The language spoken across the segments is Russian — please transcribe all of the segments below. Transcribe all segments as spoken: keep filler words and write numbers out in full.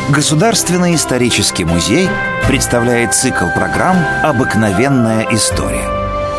Государственный исторический музей представляет цикл программ «Обыкновенная история».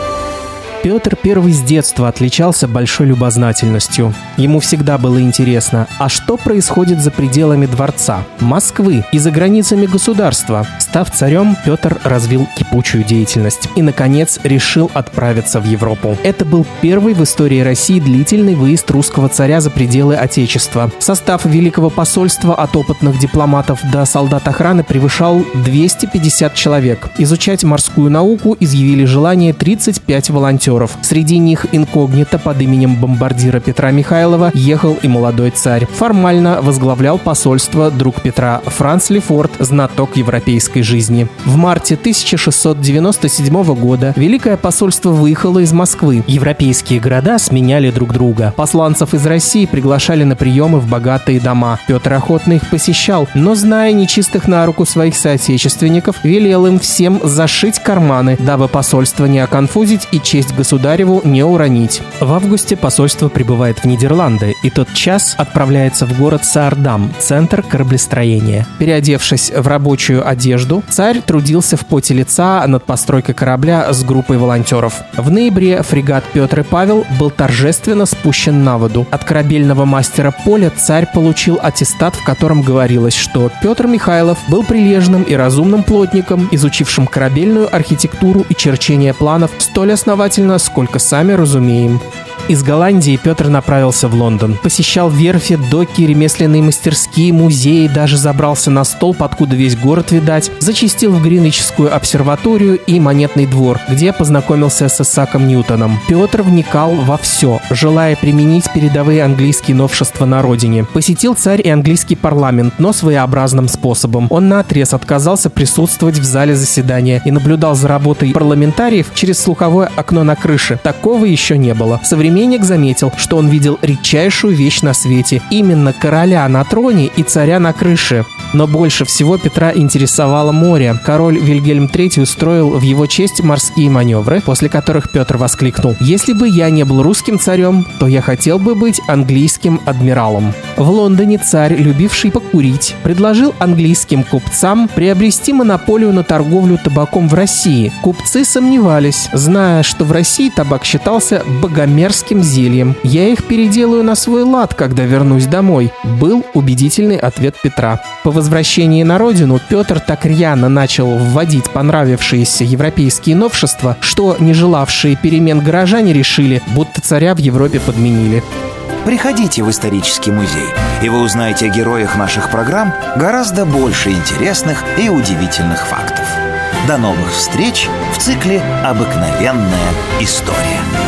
Петр I с детства отличался большой любознательностью. Ему всегда было интересно, а что происходит за пределами дворца, Москвы и за границами государства. Став царем, Петр развил кипучую деятельность и, наконец, решил отправиться в Европу. Это был первый в истории России длительный выезд русского царя за пределы Отечества. Состав Великого посольства от опытных дипломатов до солдат охраны превышал двести пятьдесят человек. Изучать морскую науку изъявили желание тридцать пять волонтеров. Среди них инкогнито под именем бомбардира Петра Михайлова ехал и молодой царь. Формально возглавлял посольство друг Петра Франц Лефорт, знаток европейской жизни. В марте тысяча шестьсот девяносто седьмого года Великое посольство выехало из Москвы. Европейские города сменяли друг друга. Посланцев из России приглашали на приемы в богатые дома. Петр охотно их посещал, но, зная нечистых на руку своих соотечественников, велел им всем зашить карманы, дабы посольство не оконфузить и честь государеву не уронить. В августе посольство прибывает в Нидерланды и тотчас отправляется в город Саардам, центр кораблестроения. Переодевшись в рабочую одежду, царь трудился в поте лица над постройкой корабля с группой волонтеров. В ноябре фрегат Петр и Павел был торжественно спущен на воду. От корабельного мастера Поля царь получил аттестат, в котором говорилось, что Петр Михайлов был прилежным и разумным плотником, изучившим корабельную архитектуру и черчение планов столь основательно, сколько сами разумеем. Из Голландии Петр направился в Лондон. Посещал верфи, доки, ремесленные мастерские, музеи, даже забрался на столб, откуда весь город видать, зачастил в Гринвичскую обсерваторию и Монетный двор, где познакомился с Исааком Ньютоном. Петр вникал во все, желая применить передовые английские новшества на родине. Посетил царь и английский парламент, но своеобразным способом. Он наотрез отказался присутствовать в зале заседания и наблюдал за работой парламентариев через слуховое окно на крыше. Такого еще не было. Современник заметил, что он видел редчайшую вещь на свете – именно короля на троне и царя на крыше. Но больше всего Петра интересовало море. Король Вильгельм третий устроил в его честь морские маневры, после которых Петр воскликнул: «Если бы я не был русским царем, то я хотел бы быть английским адмиралом». В Лондоне царь, любивший покурить, предложил английским купцам приобрести монополию на торговлю табаком в России. Купцы сомневались, зная, что в России табак считался богомерзким зельем. «Я их переделаю на свой лад, когда вернусь домой», был убедительный ответ Петра. По возвращении на родину Петр так рьяно начал вводить понравившиеся европейские новшества, что не желавшие перемен горожане решили, будто царя в Европе подменили. Приходите в исторический музей, и вы узнаете о героях наших программ гораздо больше интересных и удивительных фактов. До новых встреч в цикле «Обыкновенная история».